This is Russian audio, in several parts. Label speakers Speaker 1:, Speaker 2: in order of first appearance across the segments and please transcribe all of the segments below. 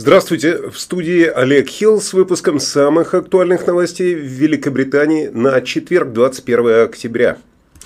Speaker 1: Здравствуйте, в студии Олег Хилл с выпуском самых актуальных новостей в Великобритании на четверг, 21 октября.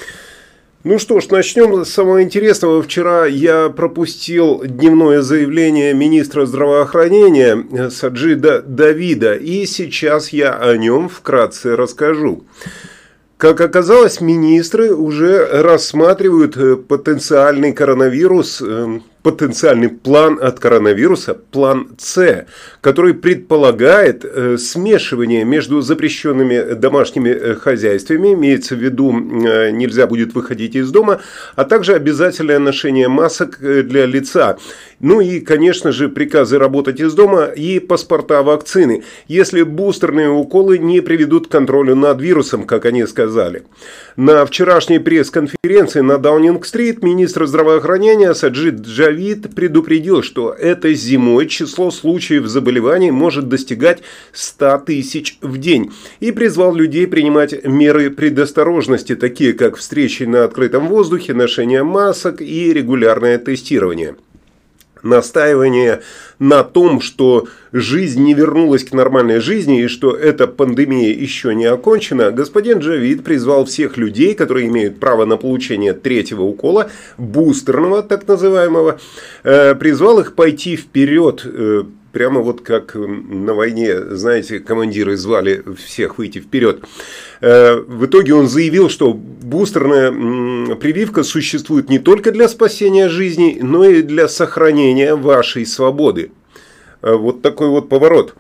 Speaker 1: Ну что ж, начнем с самого интересного. Вчера я пропустил дневное заявление министра здравоохранения Саджида Давида, и сейчас я о нем вкратце расскажу. Как оказалось, министры уже рассматривают потенциальный коронавирус, потенциальный план от коронавируса, план С, который предполагает смешивание между запрещенными домашними хозяйствами, имеется в виду, нельзя будет выходить из дома, а также обязательное ношение масок для лица. Ну и, конечно же, приказы работать из дома и паспорта вакцины, если бустерные уколы не приведут к контролю над вирусом, как они сказали. На вчерашней пресс-конференции на Даунинг-стрит министр здравоохранения Саджид Джавид предупредил, что этой зимой число случаев заболеваний может достигать 100 тысяч в день, и призвал людей принимать меры предосторожности, такие как встречи на открытом воздухе, ношение масок и регулярное тестирование. Настаивание на том, что жизнь не вернулась к нормальной жизни и что эта пандемия еще не окончена, господин Джавид призвал всех людей, которые имеют право на получение третьего укола, бустерного так называемого, призвал их пойти вперед. Прямо вот как на войне, знаете, командиры звали всех выйти вперед. В итоге он заявил, что бустерная прививка существует не только для спасения жизни, но и для сохранения вашей свободы. Вот такой вот поворот.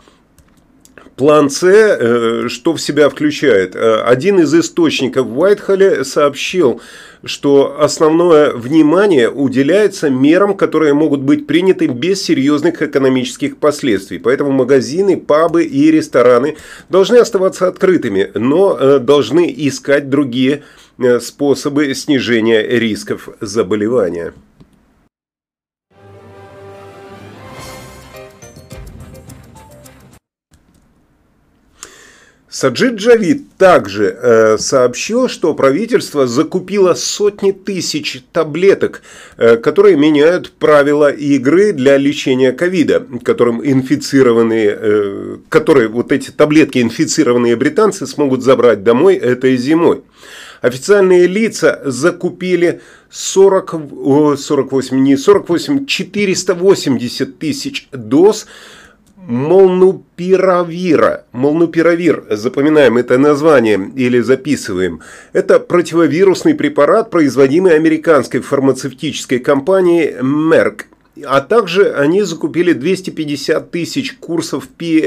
Speaker 1: План С, что в себя включает? Один из источников в Уайтхолле сообщил, что основное внимание уделяется мерам, которые могут быть приняты без серьезных экономических последствий. Поэтому магазины, пабы и рестораны должны оставаться открытыми, но должны искать другие способы снижения рисков заболевания. Саджид Джавид также сообщил, что правительство закупило сотни тысяч таблеток, которые меняют правила игры для лечения ковида, которые вот эти таблетки инфицированные британцы смогут забрать домой этой зимой. Официальные лица закупили 480 тысяч доз Молнупиравира. Молнупиравир, запоминаем это название или записываем. Это противовирусный препарат, производимый американской фармацевтической компанией Merck. А также они закупили 250 тысяч курсов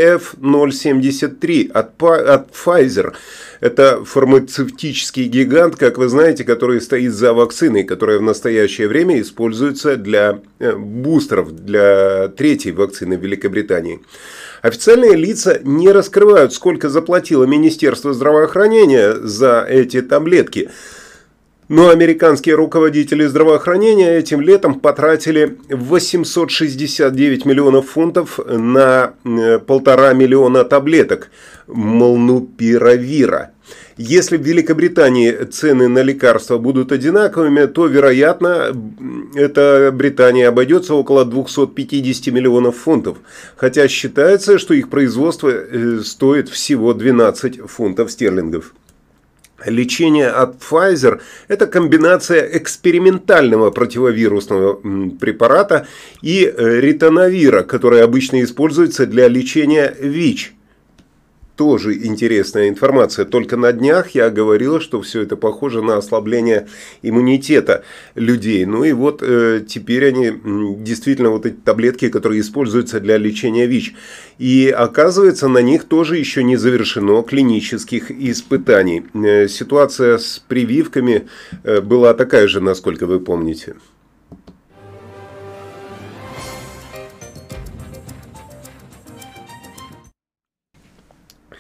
Speaker 1: PF073 от Pfizer. Это фармацевтический гигант, как вы знаете, который стоит за вакциной, которая в настоящее время используется для бустеров, для третьей вакцины в Великобритании. Официальные лица не раскрывают, сколько заплатило Министерство здравоохранения за эти таблетки. Но американские руководители здравоохранения этим летом потратили 869 миллионов фунтов на 1,5 миллиона таблеток Молнупиравира. Если в Великобритании цены на лекарства будут одинаковыми, то, вероятно, эта Британия обойдется около 250 миллионов фунтов. Хотя считается, что их производство стоит всего 12 фунтов стерлингов. Лечение от Pfizer – это комбинация экспериментального противовирусного препарата и ретонавира, который обычно используется для лечения ВИЧ. Тоже интересная информация. Только на днях я говорил, что все это похоже на ослабление иммунитета людей. Ну и вот теперь они действительно вот эти таблетки, которые используются для лечения ВИЧ. И оказывается, на них тоже еще не завершено клинических испытаний. Ситуация с прививками была такая же, насколько вы помните.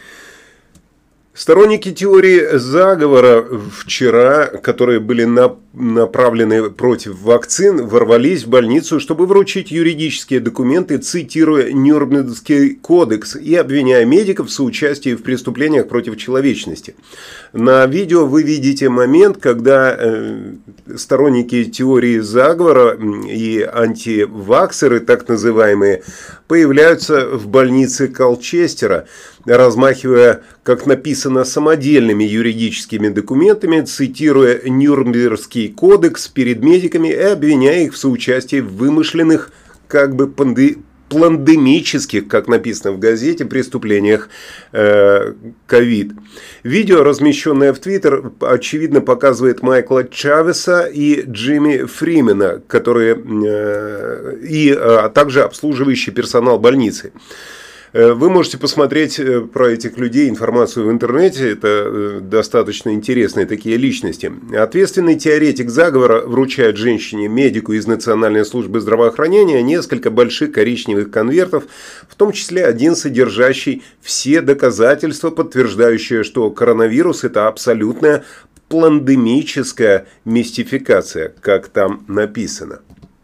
Speaker 1: Сторонники теории заговора вчера, которые были на направленные против вакцин, ворвались в больницу, чтобы вручить юридические документы, цитируя Нюрнбергский кодекс и обвиняя медиков в соучастии в преступлениях против человечности. На видео вы видите момент, когда сторонники теории заговора и антиваксеры, так называемые, появляются в больнице Колчестера, размахивая, как написано, самодельными юридическими документами, цитируя Нюрнбергский кодекс перед медиками и обвиняя их в соучастии в вымышленных, как бы пандемических, как написано в газете, преступлениях ковид. Видео, размещенное в Твиттер, очевидно показывает Майкла Чавеса и Джимми Фримена, а также обслуживающий персонал больницы. Вы можете посмотреть про этих людей информацию в интернете, это достаточно интересные такие личности. Ответственный теоретик заговора вручает женщине-медику из Национальной службы здравоохранения несколько больших коричневых конвертов, в том числе один, содержащий все доказательства, подтверждающие, что коронавирус – это абсолютная пандемическая мистификация, как там написано.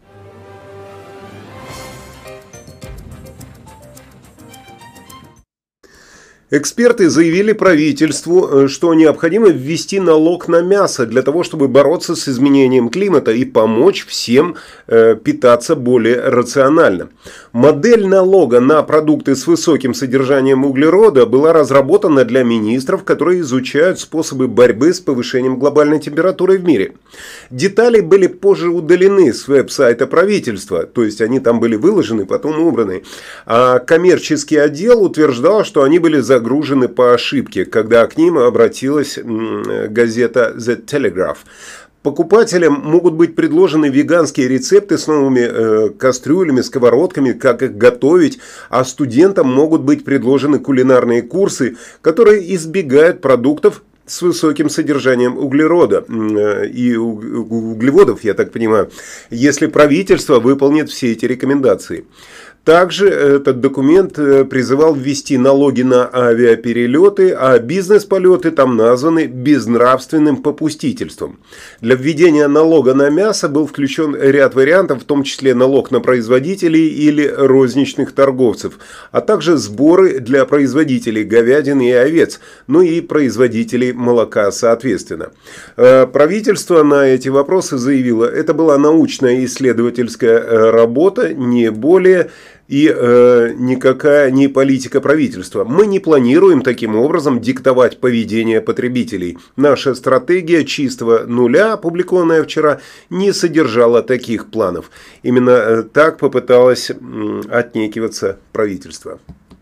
Speaker 1: Эксперты заявили правительству, что необходимо ввести налог на мясо для того, чтобы бороться с изменением климата и помочь всем питаться более рационально. Модель налога на продукты с высоким содержанием углерода была разработана для министров, которые изучают способы борьбы с повышением глобальной температуры в мире. Детали были позже удалены с веб-сайта правительства, то есть они там были выложены, потом убраны. А коммерческий отдел утверждал, что они были загружены по ошибке, когда к ним обратилась газета The Telegraph. Покупателям могут быть предложены веганские рецепты с новыми кастрюлями, сковородками, как их готовить, а студентам могут быть предложены кулинарные курсы, которые избегают продуктов с высоким содержанием углерода и углеводов, я так понимаю, если правительство выполнит все эти рекомендации. Также этот документ призывал ввести налоги на авиаперелеты, а бизнес-полеты там названы безнравственным попустительством. Для введения налога на мясо был включен ряд вариантов, в том числе налог на производителей или розничных торговцев, а также сборы для производителей говядины и овец, ну и производителей молока соответственно. Правительство на эти вопросы заявило, это была научная исследовательская работа, не более, и никакая не политика правительства. Мы не планируем таким образом диктовать поведение потребителей. Наша стратегия чистого нуля, опубликованная вчера, не содержала таких планов. Именно так попыталось отнекиваться правительство.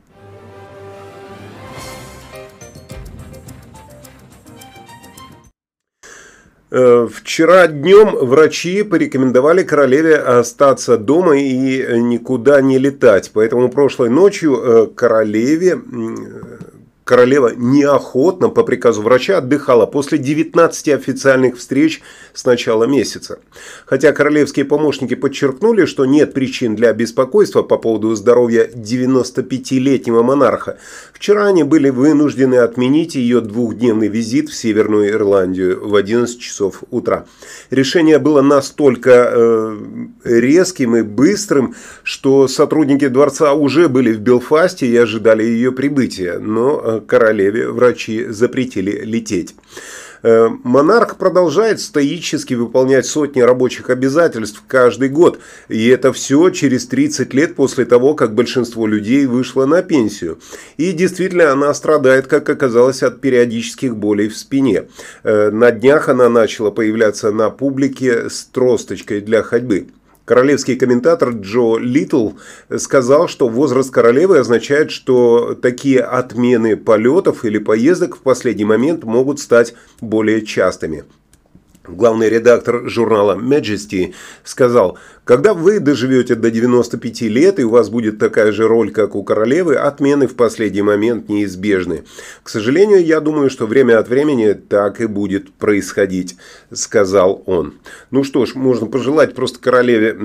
Speaker 1: Вчера днем врачи порекомендовали королеве остаться дома и никуда не летать. Поэтому прошлой ночью королева неохотно по приказу врача отдыхала после 19 официальных встреч с начала месяца. Хотя королевские помощники подчеркнули, что нет причин для беспокойства по поводу здоровья 95-летнего монарха, вчера они были вынуждены отменить ее двухдневный визит в Северную Ирландию в 11 часов утра. Решение было настолько резким и быстрым, что сотрудники дворца уже были в Белфасте и ожидали ее прибытия, но королеве врачи запретили лететь. Монарх продолжает стоически выполнять сотни рабочих обязательств каждый год, и это все через 30 лет после того, как большинство людей вышло на пенсию. И действительно она страдает, как оказалось, от периодических болей в спине. На днях она начала появляться на публике с тросточкой для ходьбы. Королевский комментатор Джо Литтл сказал, что возраст королевы означает, что такие отмены полетов или поездок в последний момент могут стать более частыми. Главный редактор журнала Majesty сказал, когда вы доживете до 95 лет и у вас будет такая же роль, как у королевы, отмены в последний момент неизбежны. К сожалению, я думаю, что время от времени так и будет происходить, сказал он. Ну что ж, можно пожелать просто королеве,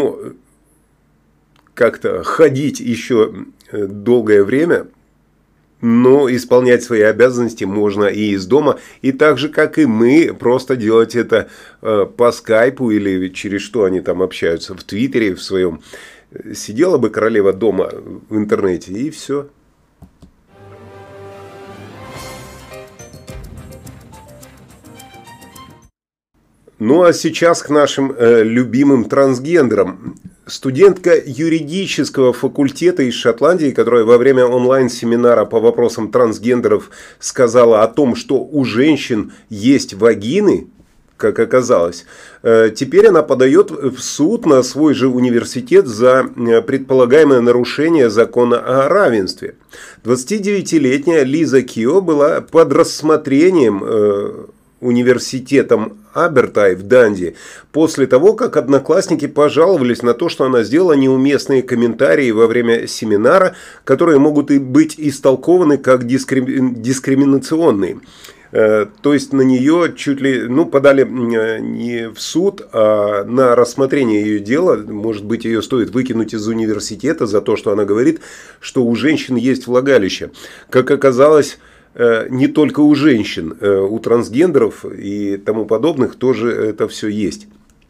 Speaker 1: как-то ходить еще долгое время. Но исполнять свои обязанности можно и из дома, и так же, как и мы, просто делать это по скайпу или через что они там общаются, в Твиттере, в своем. Сидела бы королева дома в интернете, и все. Ну а сейчас к нашим любимым трансгендерам. Студентка юридического факультета из Шотландии, которая во время онлайн-семинара по вопросам трансгендеров сказала о том, что у женщин есть вагины, как оказалось, теперь она подает в суд на свой же университет за предполагаемое нарушение закона о равенстве. 29-летняя Лиза Кио была под рассмотрением университетом Абертай в Данди после того, как одноклассники пожаловались на то, что она сделала неуместные комментарии во время семинара, которые могут и быть истолкованы как дискриминационные. То есть на нее чуть ли подали не в суд, а на рассмотрение ее дела. Может быть, ее стоит выкинуть из университета за то, что она говорит, что у женщин есть влагалище. Как оказалось, не только у женщин, у трансгендеров и тому подобных тоже это все есть.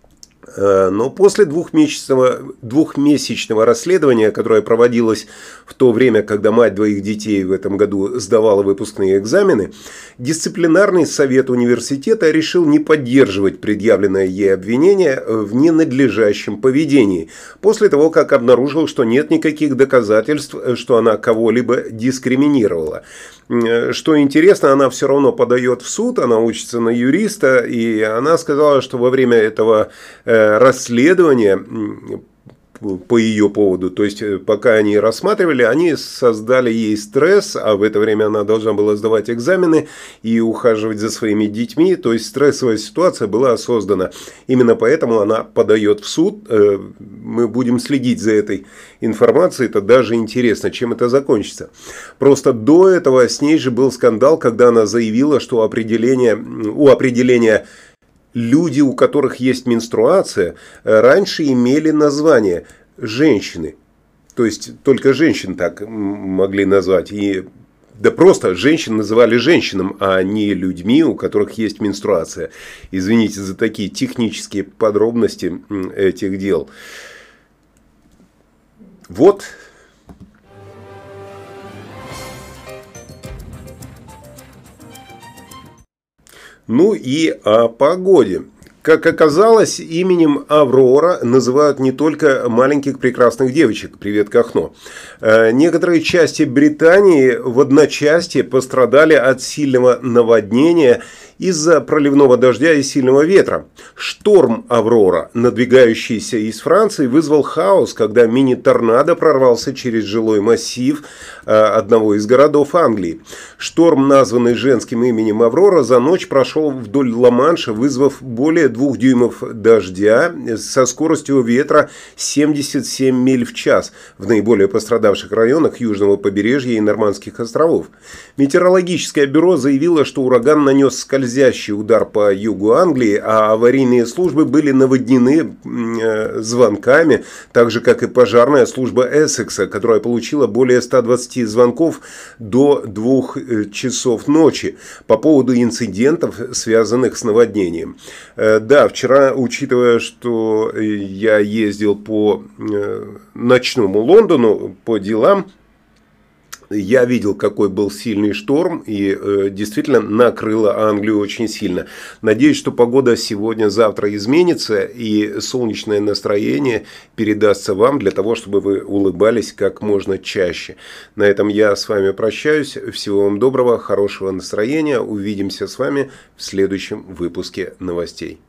Speaker 1: Но после двухмесячного расследования, которое проводилось в то время, когда мать двоих детей в этом году сдавала выпускные экзамены, дисциплинарный совет университета решил не поддерживать предъявленное ей обвинение в ненадлежащем поведении, после того, как обнаружил, что нет никаких доказательств, что она кого-либо дискриминировала. Что интересно, она все равно подает в суд, она учится на юриста, и она сказала, что во время этого расследования по ее поводу, то есть пока они рассматривали, они создали ей стресс, а в это время она должна была сдавать экзамены и ухаживать за своими детьми, то есть стрессовая ситуация была создана. Именно поэтому она подает в суд. Мы будем следить за этой информацией, это даже интересно, чем это закончится. Просто до этого с ней же был скандал, когда она заявила, что у определения люди, у которых есть менструация, раньше имели название женщины. То есть только женщин так могли назвать. Да просто женщин называли женщинам, а не людьми, у которых есть менструация. Извините за такие технические подробности этих дел. Вот. Ну и о погоде. Как оказалось, именем Аврора называют не только маленьких прекрасных девочек. Привет, Кахно. Некоторые части Британии в одночасье пострадали от сильного наводнения из-за проливного дождя и сильного ветра. Шторм Аврора, надвигающийся из Франции, вызвал хаос, когда мини-торнадо прорвался через жилой массив одного из городов Англии. Шторм, названный женским именем Аврора, за ночь прошел вдоль Ла-Манша, вызвав более 2 дюймов дождя со скоростью ветра 77 миль в час в наиболее пострадавших районах южного побережья и Нормандских островов. Метеорологическое бюро заявило, что ураган нанес скользящий удар по югу Англии, а аварийные службы были наводнены звонками, так же как и пожарная служба Эссекса, которая получила более 120 звонков до 2 часов ночи по поводу инцидентов, связанных с наводнением. Да, вчера, учитывая, что я ездил по ночному Лондону по делам, я видел, какой был сильный шторм, и действительно накрыло Англию очень сильно. Надеюсь, что погода сегодня-завтра изменится, и солнечное настроение передастся вам для того, чтобы вы улыбались как можно чаще. На этом я с вами прощаюсь. Всего вам доброго, хорошего настроения. Увидимся с вами в следующем выпуске новостей.